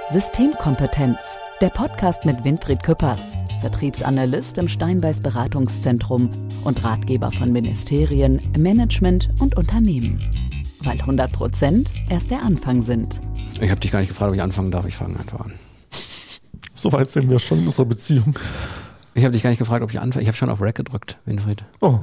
Systemkompetenz, der Podcast mit Winfried Küppers, Vertriebsanalyst im Steinbeis Beratungszentrum und Ratgeber von Ministerien, Management und Unternehmen. Weil 100% erst der Anfang sind. Ich habe dich gar nicht gefragt, ob ich anfangen darf. Ich fange einfach an. So weit sind wir schon in unserer Beziehung. Ich habe dich gar nicht gefragt, ob ich anfange. Ich habe schon auf Rec gedrückt, Winfried. Oh.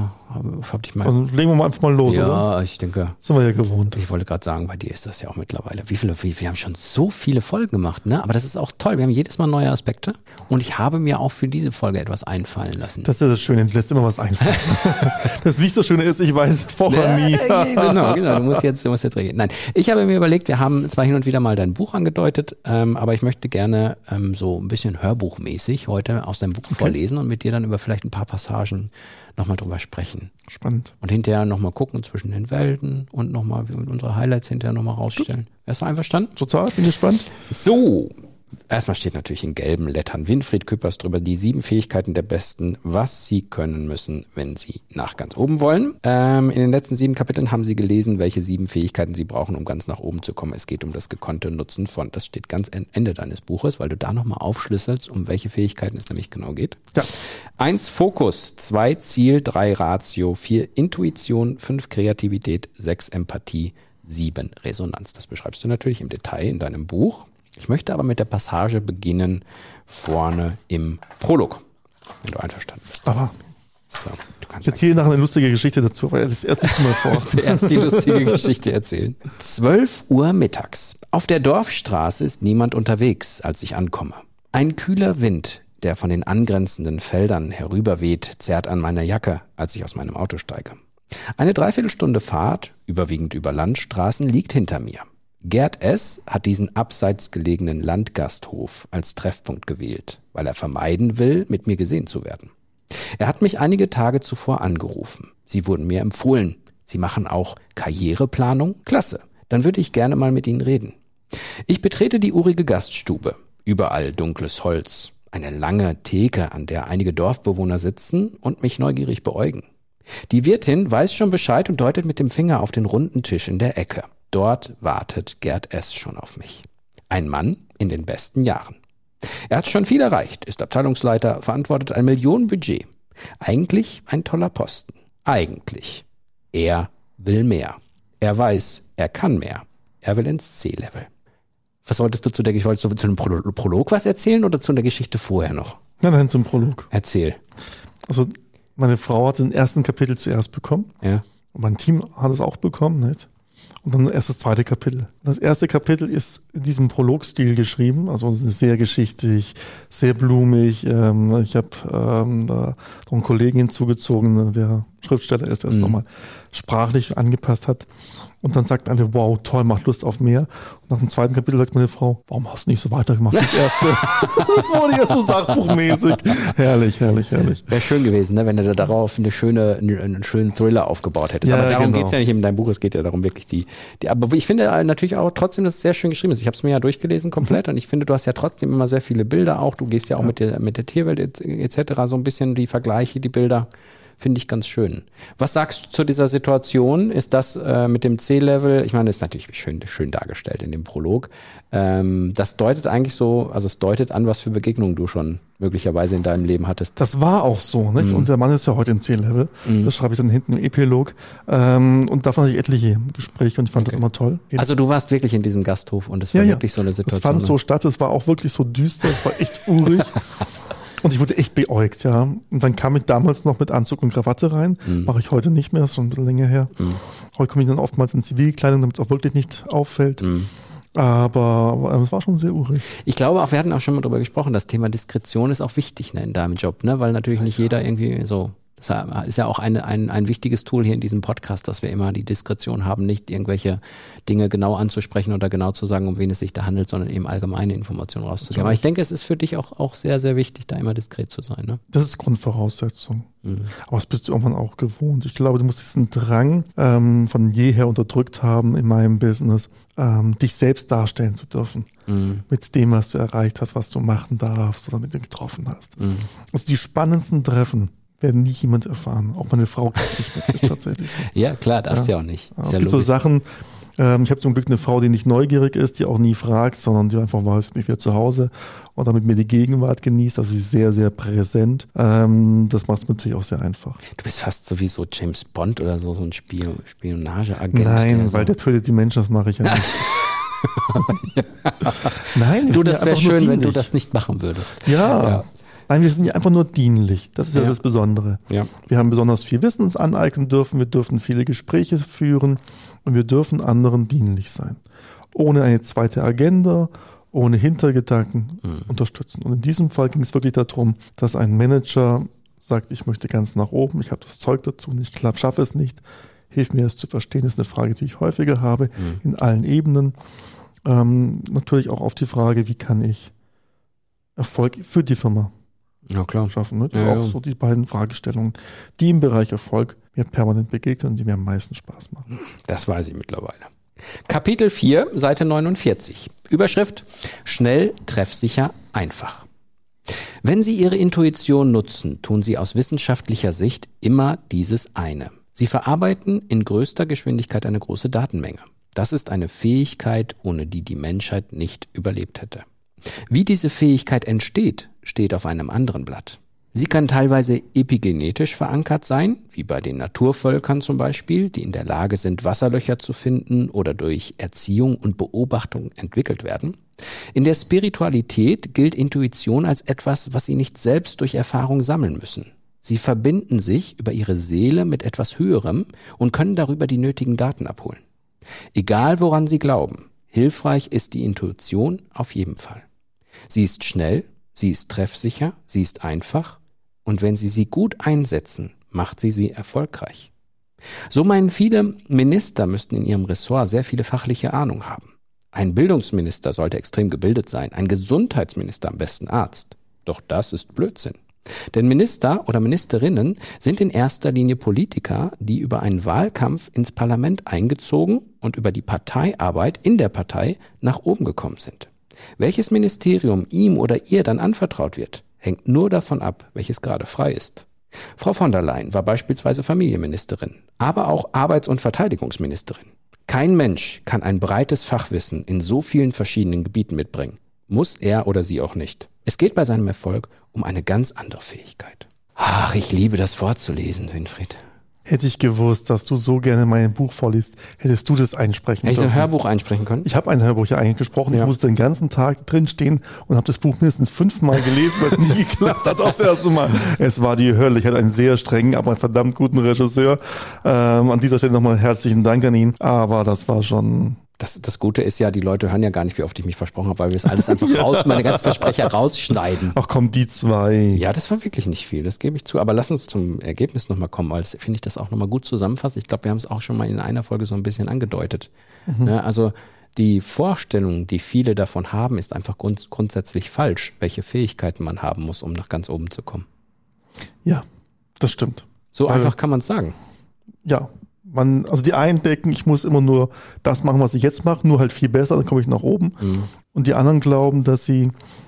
Hab dich mal. Dann legen wir mal einfach mal los, ja, oder? Ja, ich denke. Sind wir ja gewohnt. Ich wollte gerade sagen, bei dir ist das ja auch mittlerweile. Wir haben schon so viele Folgen gemacht, ne? Aber das ist auch toll. Wir haben jedes Mal neue Aspekte. Und ich habe mir auch für diese Folge etwas einfallen lassen. Das ist ja das Schöne, du lässt immer was einfallen. Das nicht so Schöne ist, ich weiß vorher nie. Genau. Du musst jetzt reagieren. Nein, ich habe mir überlegt, wir haben zwar hin und wieder mal dein Buch angedeutet, aber ich möchte gerne so ein bisschen hörbuchmäßig heute aus deinem Buch vorlesen und mit dir dann über vielleicht ein paar Passagen nochmal drüber sprechen. Spannend. Und hinterher nochmal gucken zwischen den Welten und nochmal unsere Highlights hinterher nochmal rausstellen. Wärst du einverstanden? Total, bin gespannt. So, erstmal steht natürlich in gelben Lettern Winfried Küppers drüber, die 7 Fähigkeiten der Besten, was sie können müssen, wenn sie nach ganz oben wollen. In den letzten 7 Kapiteln haben sie gelesen, welche 7 Fähigkeiten sie brauchen, um ganz nach oben zu kommen. Es geht um das gekonnte Nutzen von, das steht ganz am Ende deines Buches, weil du da nochmal aufschlüsselst, um welche Fähigkeiten es nämlich genau geht. Ja. 1 Fokus, 2 Ziel, 3 Ratio, 4 Intuition, 5 Kreativität, 6 Empathie, 7 Resonanz. Das beschreibst du natürlich im Detail in deinem Buch. Ich möchte aber mit der Passage beginnen, vorne im Prolog, wenn du einverstanden bist. Aber so, du kannst ich erzähle nachher eine lustige Geschichte dazu, weil das erste mal vor. Zuerst die lustige Geschichte erzählen. 12 Uhr mittags. Auf der Dorfstraße ist niemand unterwegs, als ich ankomme. Ein kühler Wind, der von den angrenzenden Feldern herüberweht, zerrt an meiner Jacke, als ich aus meinem Auto steige. Eine Dreiviertelstunde Fahrt, überwiegend über Landstraßen, liegt hinter mir. Gerd S. hat diesen abseits gelegenen Landgasthof als Treffpunkt gewählt, weil er vermeiden will, mit mir gesehen zu werden. Er hat mich einige Tage zuvor angerufen. Sie wurden mir empfohlen. Sie machen auch Karriereplanung? Klasse, dann würde ich gerne mal mit Ihnen reden. Ich betrete die urige Gaststube. Überall dunkles Holz. Eine lange Theke, an der einige Dorfbewohner sitzen und mich neugierig beäugen. Die Wirtin weiß schon Bescheid und deutet mit dem Finger auf den runden Tisch in der Ecke. Dort wartet Gerd S. schon auf mich. Ein Mann in den besten Jahren. Er hat schon viel erreicht, ist Abteilungsleiter, verantwortet ein Millionenbudget. Eigentlich ein toller Posten. Eigentlich. Er will mehr. Er weiß, er kann mehr. Er will ins C-Level. Was wolltest du zu dem Prolog was erzählen oder zu der Geschichte vorher noch? Nein, zum Prolog. Erzähl. Also meine Frau hat den ersten Kapitel zuerst bekommen. Ja. Und mein Team hat es auch bekommen, nicht? Und dann erst das zweite Kapitel. Das erste Kapitel ist in diesem Prologstil geschrieben, also sehr geschichtlich, sehr blumig. Ich habe da noch einen Kollegen hinzugezogen, der Schriftsteller ist, der es nochmal sprachlich angepasst hat. Und dann sagt alle, wow, toll, macht Lust auf mehr. Und nach dem zweiten Kapitel sagt meine Frau, warum hast du nicht so weitergemacht? Das erste, das wurde jetzt so sachbuchmäßig. Herrlich. Wäre schön gewesen, ne, wenn du da darauf einen schönen Thriller aufgebaut hättest. Ja, aber darum genau. geht's ja nicht in deinem Buch, es geht ja darum wirklich aber ich finde natürlich auch trotzdem, dass es sehr schön geschrieben ist. Ich habe es mir ja durchgelesen komplett und ich finde, du hast ja trotzdem immer sehr viele Bilder auch. Du gehst ja auch mit der Tierwelt etc. so ein bisschen die Vergleiche, die Bilder. Finde ich ganz schön. Was sagst du zu dieser Situation? Ist das mit dem C-Level, ich meine, das ist natürlich schön dargestellt in dem Prolog. Das deutet eigentlich so, also es deutet an, was für Begegnungen du schon möglicherweise in deinem Leben hattest. Das war auch so, nicht? Und der Mann ist ja heute im C-Level. Das schreibe ich dann hinten im Epilog. Und davon hatte ich etliche Gespräche und ich fand das immer toll. Also du warst wirklich in diesem Gasthof und es war wirklich so eine Situation. Es fand so statt, es war auch wirklich so düster, es war echt urig. Und ich wurde echt beäugt, ja. Und dann kam ich damals noch mit Anzug und Krawatte rein. Mache ich heute nicht mehr, das ist schon ein bisschen länger her. Heute komme ich dann oftmals in Zivilkleidung, damit es auch wirklich nicht auffällt. Aber es war schon sehr urig. Ich glaube auch, wir hatten auch schon mal drüber gesprochen, das Thema Diskretion ist auch wichtig, ne, in deinem Job, ne, weil natürlich nicht jeder irgendwie so, das ist ja auch ein wichtiges Tool hier in diesem Podcast, dass wir immer die Diskretion haben, nicht irgendwelche Dinge genau anzusprechen oder genau zu sagen, um wen es sich da handelt, sondern eben allgemeine Informationen rauszugeben. Aber ich denke, es ist für dich auch sehr, sehr wichtig, da immer diskret zu sein, ne? Das ist Grundvoraussetzung. Aber das bist du irgendwann auch gewohnt. Ich glaube, du musst diesen Drang von jeher unterdrückt haben in meinem Business, dich selbst darstellen zu dürfen. Mit dem, was du erreicht hast, was du machen darfst oder mit dem getroffen hast. Also die spannendsten Treffen werden nie jemand erfahren. Auch meine Frau kriegt nicht mit, ist tatsächlich so. Ja, klar, darfst du ja auch nicht. Es gibt so Sachen, Ich habe zum Glück eine Frau, die nicht neugierig ist, die auch nie fragt, sondern die einfach weiß, ich bin zu Hause und damit mir die Gegenwart genießt. Also sie ist sehr, sehr präsent. Das macht es natürlich auch sehr einfach. Du bist fast sowieso James Bond oder so ein Spionageagent. Nein, weil der tötet die Menschen, das mache ich ja nicht. Nein, du, das wäre schön, wenn du das nicht machen würdest. Ja. Nein, wir sind ja einfach nur dienlich. Das ist ja das Besondere. Ja. Wir haben besonders viel Wissen uns aneignen dürfen. Wir dürfen viele Gespräche führen und wir dürfen anderen dienlich sein. Ohne eine zweite Agenda, ohne Hintergedanken unterstützen. Und in diesem Fall ging es wirklich darum, dass ein Manager sagt, ich möchte ganz nach oben, ich habe das Zeug dazu und ich schaffe es nicht. Hilf mir es zu verstehen, das ist eine Frage, die ich häufiger habe, in allen Ebenen. Natürlich auch auf die Frage, wie kann ich Erfolg für die Firma schaffen. Ne? Auch so die beiden Fragestellungen, die im Bereich Erfolg mir permanent begegnen und die mir am meisten Spaß machen. Das weiß ich mittlerweile. Kapitel 4, Seite 49. Überschrift: Schnell, treffsicher, einfach. Wenn Sie Ihre Intuition nutzen, tun Sie aus wissenschaftlicher Sicht immer dieses eine. Sie verarbeiten in größter Geschwindigkeit eine große Datenmenge. Das ist eine Fähigkeit, ohne die die Menschheit nicht überlebt hätte. Wie diese Fähigkeit entsteht, steht auf einem anderen Blatt. Sie kann teilweise epigenetisch verankert sein, wie bei den Naturvölkern zum Beispiel, die in der Lage sind, Wasserlöcher zu finden oder durch Erziehung und Beobachtung entwickelt werden. In der Spiritualität gilt Intuition als etwas, was Sie nicht selbst durch Erfahrung sammeln müssen. Sie verbinden sich über Ihre Seele mit etwas Höherem und können darüber die nötigen Daten abholen. Egal woran Sie glauben, hilfreich ist die Intuition auf jeden Fall. Sie ist schnell, sie ist treffsicher, sie ist einfach und wenn Sie sie gut einsetzen, macht sie erfolgreich. So meinen viele, Minister müssten in ihrem Ressort sehr viele fachliche Ahnung haben. Ein Bildungsminister sollte extrem gebildet sein, ein Gesundheitsminister am besten Arzt. Doch das ist Blödsinn. Denn Minister oder Ministerinnen sind in erster Linie Politiker, die über einen Wahlkampf ins Parlament eingezogen und über die Parteiarbeit in der Partei nach oben gekommen sind. Welches Ministerium ihm oder ihr dann anvertraut wird, hängt nur davon ab, welches gerade frei ist. Frau von der Leyen war beispielsweise Familienministerin, aber auch Arbeits- und Verteidigungsministerin. Kein Mensch kann ein breites Fachwissen in so vielen verschiedenen Gebieten mitbringen. Muss er oder sie auch nicht. Es geht bei seinem Erfolg um eine ganz andere Fähigkeit. Ach, ich liebe das vorzulesen, Winfried. Hätte ich gewusst, dass du so gerne mein Buch vorliest, hättest du das einsprechen dürfen. Hätte ich ein Hörbuch einsprechen können? Ich habe ein Hörbuch ja eigentlich gesprochen. Ja. Ich musste den ganzen Tag drinstehen und habe das Buch mindestens 5-mal gelesen, weil es nie geklappt hat aufs erste Mal. Es war die Hölle. Ich hatte einen sehr strengen, aber einen verdammt guten Regisseur. An dieser Stelle nochmal herzlichen Dank an ihn. Aber das war schon... Das Gute ist ja, die Leute hören ja gar nicht, wie oft ich mich versprochen habe, weil wir es alles einfach meine ganzen Versprecher rausschneiden. Ach komm, die 2. Ja, das war wirklich nicht viel, das gebe ich zu. Aber lass uns zum Ergebnis nochmal kommen, weil finde ich das auch nochmal gut zusammenfasst. Ich glaube, wir haben es auch schon mal in einer Folge so ein bisschen angedeutet. Ne, also die Vorstellung, die viele davon haben, ist einfach grundsätzlich falsch, welche Fähigkeiten man haben muss, um nach ganz oben zu kommen. Ja, das stimmt. So einfach kann man es sagen. Ja. Also die einen denken, ich muss immer nur das machen, was ich jetzt mache, nur halt viel besser, dann komme ich nach oben. Und die anderen glauben, dass sie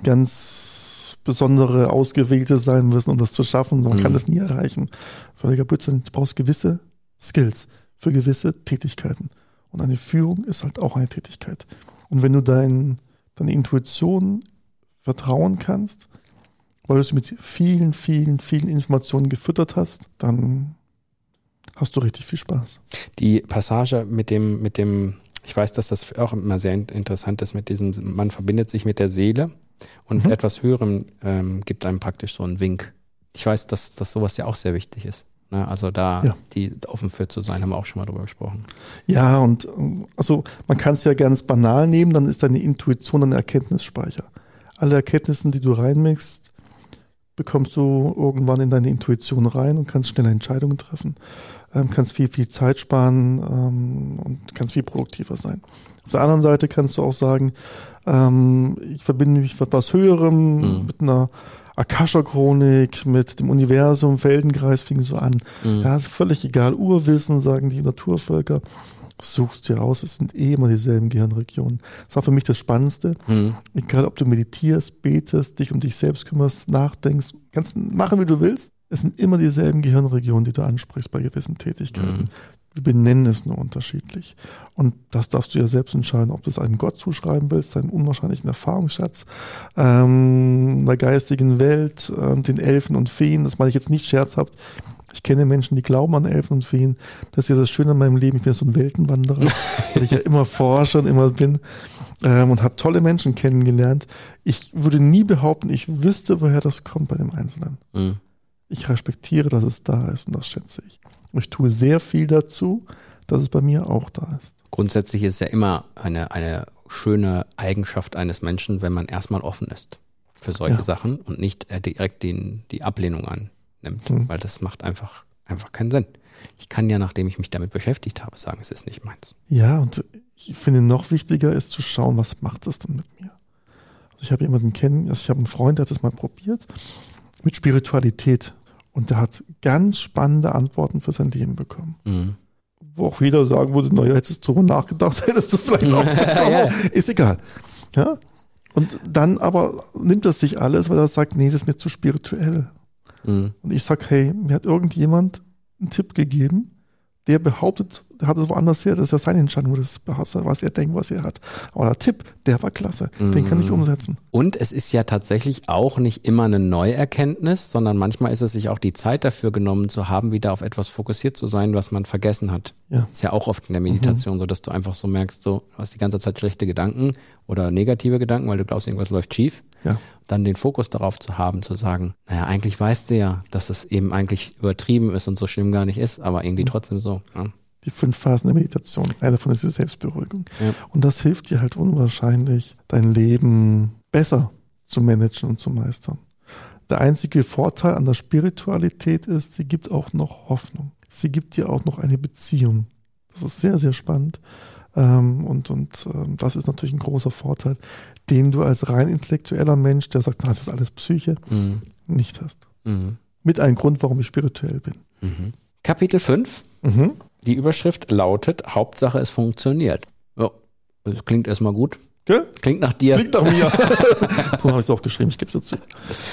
ganz besondere Ausgewählte sein müssen, um das zu schaffen. Man kann das nie erreichen. Völliger Blödsinn. Du brauchst gewisse Skills für gewisse Tätigkeiten. Und eine Führung ist halt auch eine Tätigkeit. Und wenn du deine Intuition vertrauen kannst, weil du es mit vielen, vielen, vielen Informationen gefüttert hast, dann hast du richtig viel Spaß. Die Passage mit dem, ich weiß, dass das auch immer sehr interessant ist, mit diesem, man verbindet sich mit der Seele und etwas Höherem gibt einem praktisch so einen Wink. Ich weiß, dass sowas ja auch sehr wichtig ist. Ne? Also die offen für zu sein, haben wir auch schon mal drüber gesprochen. Ja, und also man kann es ja ganz banal nehmen, dann ist deine Intuition ein Erkenntnisspeicher. Alle Erkenntnisse, die du reinmixst, bekommst du irgendwann in deine Intuition rein und kannst schnelle Entscheidungen treffen, kannst viel Zeit sparen und kannst viel produktiver sein. Auf der anderen Seite kannst du auch sagen, ich verbinde mich mit etwas Höherem, mit einer Akasha-Chronik, mit dem Universum, Feldenkreis fing so an. Ja, ist völlig egal. Urwissen, sagen die Naturvölker. Suchst dir aus, es sind immer dieselben Gehirnregionen. Das war für mich das Spannendste. Egal, ob du meditierst, betest, dich um dich selbst kümmerst, nachdenkst, kannst machen, wie du willst. Es sind immer dieselben Gehirnregionen, die du ansprichst bei gewissen Tätigkeiten. Wir benennen es nur unterschiedlich. Und das darfst du ja selbst entscheiden, ob du es einem Gott zuschreiben willst, deinen unwahrscheinlichen Erfahrungsschatz, der geistigen Welt, den Elfen und Feen. Das meine ich jetzt nicht scherzhaft. Ich kenne Menschen, die glauben an Elfen und Feen. Das ist ja das Schöne an meinem Leben. Ich bin ja so ein Weltenwanderer, weil ich ja immer forsche und immer bin und habe tolle Menschen kennengelernt. Ich würde nie behaupten, ich wüsste, woher das kommt bei dem Einzelnen. Mhm. Ich respektiere, dass es da ist und das schätze ich. Und ich tue sehr viel dazu, dass es bei mir auch da ist. Grundsätzlich ist es ja immer eine schöne Eigenschaft eines Menschen, wenn man erstmal offen ist für solche Sachen und nicht direkt die Ablehnung annimmt, weil das macht einfach keinen Sinn. Ich kann ja, nachdem ich mich damit beschäftigt habe, sagen, es ist nicht meins. Ja, und ich finde, noch wichtiger ist zu schauen, was macht es denn mit mir? Also ich habe jemanden ich habe einen Freund, der hat das mal probiert mit Spiritualität. Und der hat ganz spannende Antworten für sein Leben bekommen. Mhm. Wo auch jeder sagen würde, naja, hättest du darüber nachgedacht, hättest du vielleicht auch bekommen. Ist egal. Ja? Und dann aber nimmt er sich alles, weil er sagt, nee, das ist mir zu spirituell. Mhm. Und ich sag, hey, mir hat irgendjemand einen Tipp gegeben, der behauptet, der hat es woanders her, das ist ja seine Entscheidung, was er denkt, was er hat. Aber der Tipp, der war klasse, den kann ich umsetzen. Und es ist ja tatsächlich auch nicht immer eine Neuerkenntnis, sondern manchmal ist es sich auch die Zeit dafür genommen zu haben, wieder auf etwas fokussiert zu sein, was man vergessen hat. Ja. Ist ja auch oft in der Meditation so, dass du einfach so merkst, du hast die ganze Zeit schlechte Gedanken oder negative Gedanken, weil du glaubst, irgendwas läuft schief. Ja. Dann den Fokus darauf zu haben, zu sagen, naja, eigentlich weißt du ja, dass es eben eigentlich übertrieben ist und so schlimm gar nicht ist, aber irgendwie trotzdem so. Ja. Die 5 Phasen der Meditation, eine davon ist die Selbstberuhigung. Ja. Und das hilft dir halt unwahrscheinlich, dein Leben besser zu managen und zu meistern. Der einzige Vorteil an der Spiritualität ist, sie gibt auch noch Hoffnung. Sie gibt dir auch noch eine Beziehung. Das ist sehr, sehr spannend. Und das ist natürlich ein großer Vorteil, den du als rein intellektueller Mensch, der sagt, das ist alles Psyche, nicht hast. Mhm. Mit einem Grund, warum ich spirituell bin. Mhm. Kapitel 5. Die Überschrift lautet, Hauptsache es funktioniert. Ja, das klingt erstmal gut. Okay. Klingt nach dir. Klingt nach mir. Darum habe ich es auch geschrieben, ich gebe es dazu.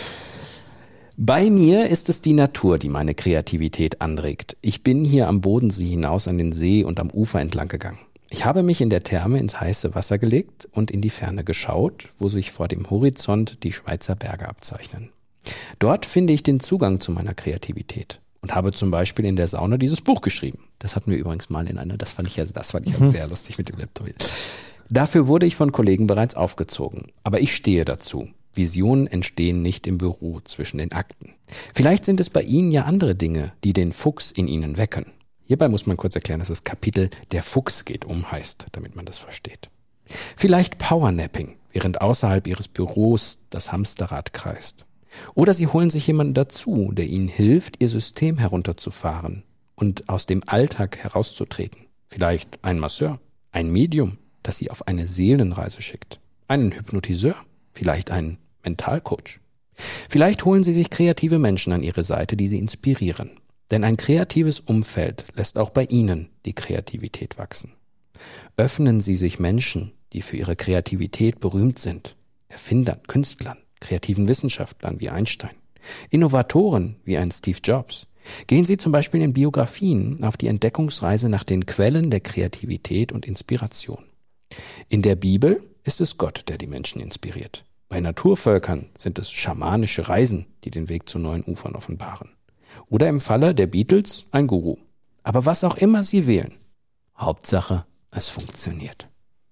Bei mir ist es die Natur, die meine Kreativität anregt. Ich bin hier am Bodensee hinaus an den See und am Ufer entlang gegangen. Ich habe mich in der Therme ins heiße Wasser gelegt und in die Ferne geschaut, wo sich vor dem Horizont die Schweizer Berge abzeichnen. Dort finde ich den Zugang zu meiner Kreativität und habe zum Beispiel in der Sauna dieses Buch geschrieben. Das hatten wir übrigens mal das fand ich ja sehr lustig mit dem Laptop. Dafür wurde ich von Kollegen bereits aufgezogen. Aber ich stehe dazu. Visionen entstehen nicht im Büro zwischen den Akten. Vielleicht sind es bei Ihnen ja andere Dinge, die den Fuchs in Ihnen wecken. Hierbei muss man kurz erklären, dass das Kapitel Der Fuchs geht heißt, damit man das versteht. Vielleicht Powernapping, während außerhalb Ihres Büros das Hamsterrad kreist. Oder Sie holen sich jemanden dazu, der Ihnen hilft, Ihr System herunterzufahren und aus dem Alltag herauszutreten. Vielleicht ein Masseur, ein Medium, das Sie auf eine Seelenreise schickt, einen Hypnotiseur, vielleicht einen Mentalcoach. Vielleicht holen Sie sich kreative Menschen an Ihre Seite, die Sie inspirieren. Denn ein kreatives Umfeld lässt auch bei Ihnen die Kreativität wachsen. Öffnen Sie sich Menschen, die für ihre Kreativität berühmt sind. Erfindern, Künstlern, kreativen Wissenschaftlern wie Einstein. Innovatoren wie ein Steve Jobs. Gehen Sie zum Beispiel in Biografien auf die Entdeckungsreise nach den Quellen der Kreativität und Inspiration. In der Bibel ist es Gott, der die Menschen inspiriert. Bei Naturvölkern sind es schamanische Reisen, die den Weg zu neuen Ufern offenbaren. Oder im Falle der Beatles ein Guru. Aber was auch immer Sie wählen, Hauptsache, es funktioniert.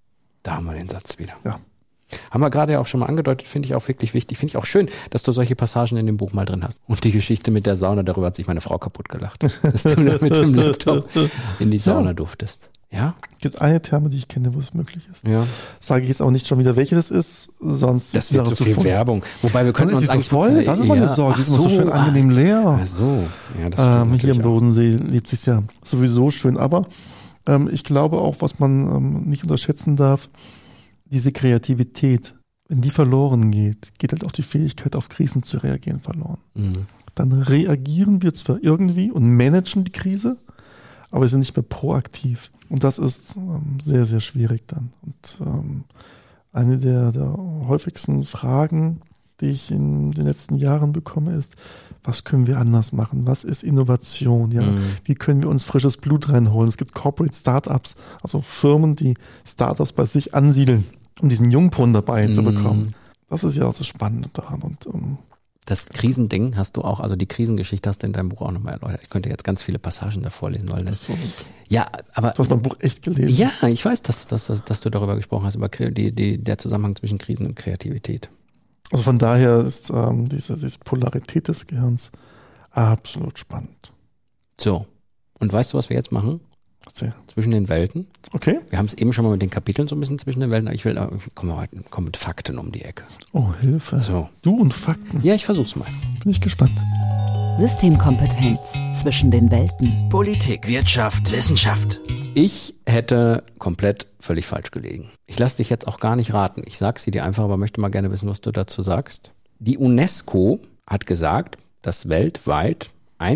Da haben wir den Satz wieder. Ja. Haben wir gerade ja auch schon mal angedeutet, finde ich auch wirklich wichtig. Finde ich auch schön, dass du solche Passagen in dem Buch mal drin hast. Und die Geschichte mit der Sauna, darüber hat sich meine Frau kaputt gelacht. Dass du da mit dem Laptop in die Sauna durftest. Ja? Es gibt eine Therme, die ich kenne, wo es möglich ist. Ja. Sage ich jetzt auch nicht schon wieder, welche das ist, sonst das wird zu viel voll. Werbung. Wobei wir können uns eigentlich so voll. Das ist meine Sorge. Die ist immer so schön angenehm leer. Ach so. Ja, das hier im Bodensee lebt sich ja sowieso schön. Aber ich glaube auch, was man nicht unterschätzen darf, diese Kreativität, wenn die verloren geht, geht halt auch die Fähigkeit, auf Krisen zu reagieren, verloren. Mhm. Dann reagieren wir zwar irgendwie und managen die Krise, aber wir sind nicht mehr proaktiv. Und das ist sehr, sehr schwierig dann. Und eine der häufigsten Fragen, die ich in den letzten Jahren bekomme, ist, was können wir anders machen? Was ist Innovation? Ja? Wie können wir uns frisches Blut reinholen? Es gibt Corporate Startups, also Firmen, die Startups bei sich ansiedeln, um diesen Jungpunn dabei zu bekommen. Das ist ja auch das Spannende daran. Und das Krisending hast du auch, also die Krisengeschichte hast du in deinem Buch auch nochmal erläutert. Ich könnte jetzt ganz viele Passagen da vorlesen, weil das. Ja, aber. Du hast mein Buch echt gelesen. Ja, ich weiß, dass du darüber gesprochen hast, über der Zusammenhang zwischen Krisen und Kreativität. Also von daher ist diese Polarität des Gehirns absolut spannend. So. Und weißt du, was wir jetzt machen? Erzähl. Zwischen den Welten. Okay. Wir haben es eben schon mal mit den Kapiteln so ein bisschen zwischen den Welten. Ich komme mit Fakten um die Ecke. Oh, Hilfe. So. Du und Fakten. Ja, ich versuch's mal. Bin ich gespannt. Systemkompetenz zwischen den Welten. Politik, Wirtschaft, Wissenschaft. Ich hätte komplett völlig falsch gelegen. Ich lasse dich jetzt auch gar nicht raten. Ich sage sie dir einfach, aber möchte mal gerne wissen, was du dazu sagst. Die UNESCO hat gesagt, dass weltweit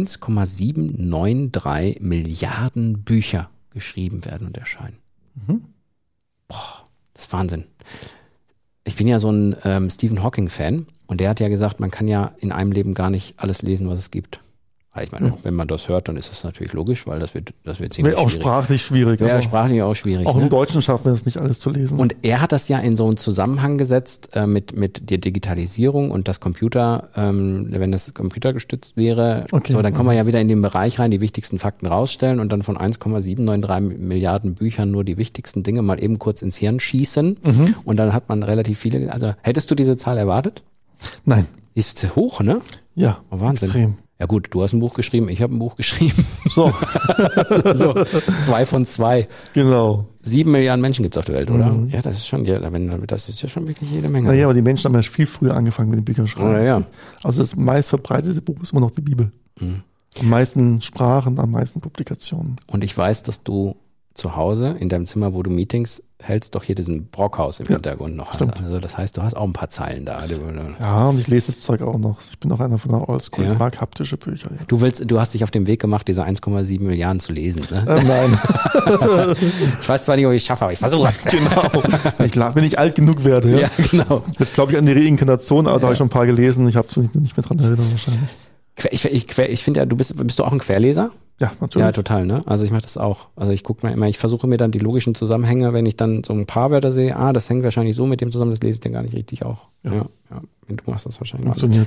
1,793 Milliarden Bücher geschrieben werden und erscheinen. Boah, das ist Wahnsinn. Ich bin ja so ein Stephen Hawking-Fan und der hat ja gesagt, man kann ja in einem Leben gar nicht alles lesen, was es gibt. Ich meine, wenn man das hört, dann ist das natürlich logisch, weil das wird ziemlich Wäre auch schwierig. sprachlich schwierig. Wäre sprachlich auch schwierig. Auch ne? im Deutschen schaffen wir es nicht, alles zu lesen. Und er hat das ja in so einen Zusammenhang gesetzt mit der Digitalisierung und das Computer, wenn das computergestützt wäre, Okay. so, dann kommen wir ja wieder in den Bereich rein, die wichtigsten Fakten rausstellen und dann von 1,793 Milliarden Büchern nur die wichtigsten Dinge mal eben kurz ins Hirn schießen und dann hat man relativ viele. Also hättest du diese Zahl erwartet? Nein. Ist hoch, ne? Ja, Oh, Wahnsinn. extrem. Ja gut, du hast ein Buch geschrieben, ich habe ein Buch geschrieben. So, So, 2 von 2. genau. 7 Milliarden Menschen gibt es auf der Welt, oder? Ja, das ist schon, das ist ja schon wirklich jede Menge. Naja, aber die Menschen haben ja viel früher angefangen mit den Büchern schreiben. Ja. Also das meist verbreitete Buch ist immer noch die Bibel. Am meisten Sprachen, am meisten Publikationen. Und ich weiß, dass du zu Hause in deinem Zimmer, wo du Meetings hältst, doch hier diesen Brockhaus im Hintergrund noch hast. stimmt. Also das heißt, du hast auch ein paar Zeilen da. Ja, und ich lese das Zeug auch noch. Ich bin auch einer von der Oldschool. Ja. Ich mag haptische Bücher. Ja. Du hast dich auf den Weg gemacht, diese 1,7 Milliarden zu lesen. Ne? Nein, Ich weiß zwar nicht, ob ich es schaffe, aber ich versuche es. genau. Wenn ich alt genug werde. Ja. Ja, genau. Jetzt glaube ich an die Reinkarnation, also habe ich schon ein paar gelesen. Ich habe es nicht mehr dran erinnert wahrscheinlich. Ich finde ja, bist du auch ein Querleser? Ja, natürlich. Ja, total, ne? Also ich mache das auch. Also ich gucke mir immer, ich versuche mir dann die logischen Zusammenhänge, wenn ich dann so ein paar Wörter sehe, das hängt wahrscheinlich so mit dem zusammen, das lese ich dann gar nicht richtig auch. Ja. Du machst das wahrscheinlich auch. Funktioniert.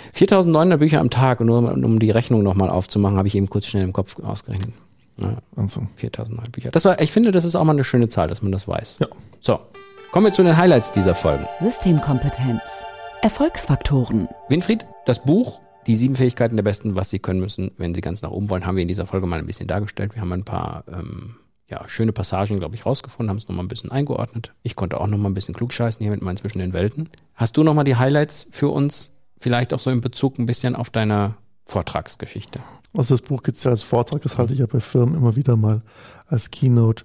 4.900 Bücher am Tag, und nur um die Rechnung nochmal aufzumachen, habe ich eben kurz schnell im Kopf ausgerechnet. Ja, Also, 4.900 Bücher. Ich finde, das ist auch mal eine schöne Zahl, dass man das weiß. Ja. So, kommen wir zu den Highlights dieser Folgen. Systemkompetenz. Erfolgsfaktoren. Winfried, das Buch, die 7 Fähigkeiten der Besten, was Sie können müssen, wenn Sie ganz nach oben wollen, haben wir in dieser Folge mal ein bisschen dargestellt. Wir haben ein paar schöne Passagen, glaube ich, rausgefunden, haben es nochmal ein bisschen eingeordnet. Ich konnte auch nochmal ein bisschen klugscheißen hier mit meinen Zwischen den Welten. Hast du nochmal die Highlights für uns, vielleicht auch so in Bezug ein bisschen auf deine Vortragsgeschichte? also das Buch gibt es ja als Vortrag, das halte ich ja bei Firmen immer wieder mal als Keynote.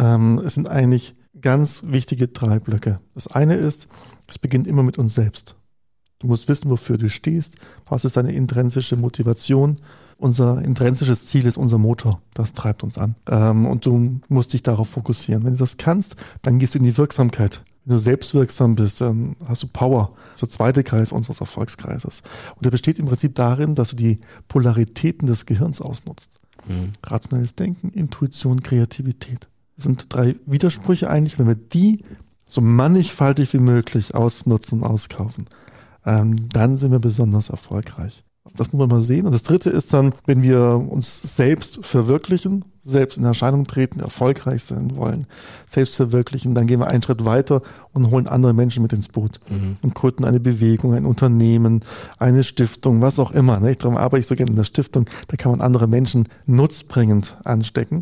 Es sind eigentlich ganz wichtige 3 Blöcke. Das eine ist, es beginnt immer mit uns selbst. Du musst wissen, wofür du stehst. Was ist deine intrinsische Motivation? Unser intrinsisches Ziel ist unser Motor. Das treibt uns an. Und du musst dich darauf fokussieren. Wenn du das kannst, dann gehst du in die Wirksamkeit. Wenn du selbstwirksam bist, dann hast du Power. Das ist der zweite Kreis unseres Erfolgskreises. Und der besteht im Prinzip darin, dass du die Polaritäten des Gehirns ausnutzt. Rationelles Denken, Intuition, Kreativität. Das sind 3 Widersprüche eigentlich. Wenn wir die so mannigfaltig wie möglich ausnutzen, auskaufen, dann sind wir besonders erfolgreich. Das muss man mal sehen. Und das dritte ist dann, wenn wir uns selbst verwirklichen, selbst in Erscheinung treten, erfolgreich sein wollen, selbst verwirklichen, dann gehen wir einen Schritt weiter und holen andere Menschen mit ins Boot und gründen eine Bewegung, ein Unternehmen, eine Stiftung, was auch immer. Ne? Darum arbeite ich so gerne in der Stiftung. Da kann man andere Menschen nutzbringend anstecken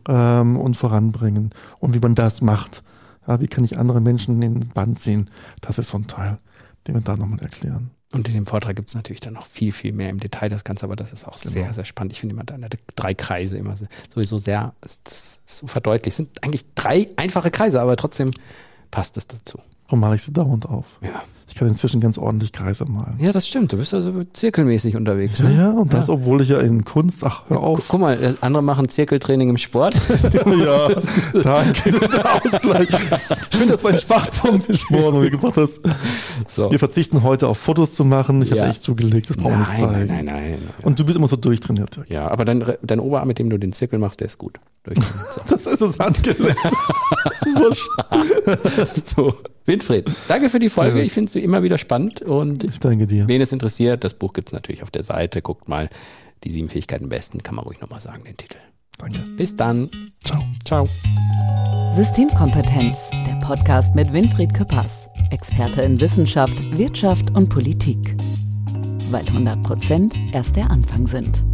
und voranbringen. Und wie man das macht, wie kann ich andere Menschen in den Band ziehen, das ist so ein Teil, den wir da nochmal erklären. Und in dem Vortrag gibt es natürlich dann noch viel, viel mehr im Detail. Das Ganze, aber das ist auch sehr, sehr spannend. Ich finde immer deine 3 Kreise immer sowieso sehr, das ist so verdeutlicht. Es sind eigentlich 3 einfache Kreise, aber trotzdem passt es dazu. Darum mache ich sie dauernd auf. Ja. Ich kann inzwischen ganz ordentlich Kreise malen. Ja, das stimmt. Du bist also zirkelmäßig unterwegs. Ja, Ne? ja, und das, obwohl ich ja in Kunst, ach, hör auf. Guck mal, andere machen Zirkeltraining im Sport. Ja, danke, das ist der Ausgleich. Ich finde, das war ein Schwachpunkt, den Sport, wo du gemacht hast. So. Wir verzichten heute auf Fotos zu machen. Ich habe Ja. echt zugelegt, das brauchen wir nicht zeigen. Nein. Und du bist immer so durchtrainiert. Ja, aber dein Oberarm, mit dem du den Zirkel machst, der ist gut. So. Das ist das Handgelenk. Wurscht. So, Winfried, danke für die Folge. Ich finde sie immer wieder spannend und Ich danke dir. wen es interessiert, das Buch gibt's natürlich auf der Seite. Guckt mal, die 7 Fähigkeiten besten, kann man ruhig nochmal sagen, den Titel. Danke. Bis dann. Ciao. Ciao. Systemkompetenz, der Podcast mit Winfried Küppers, Experte in Wissenschaft, Wirtschaft und Politik. Weil 100% erst der Anfang sind.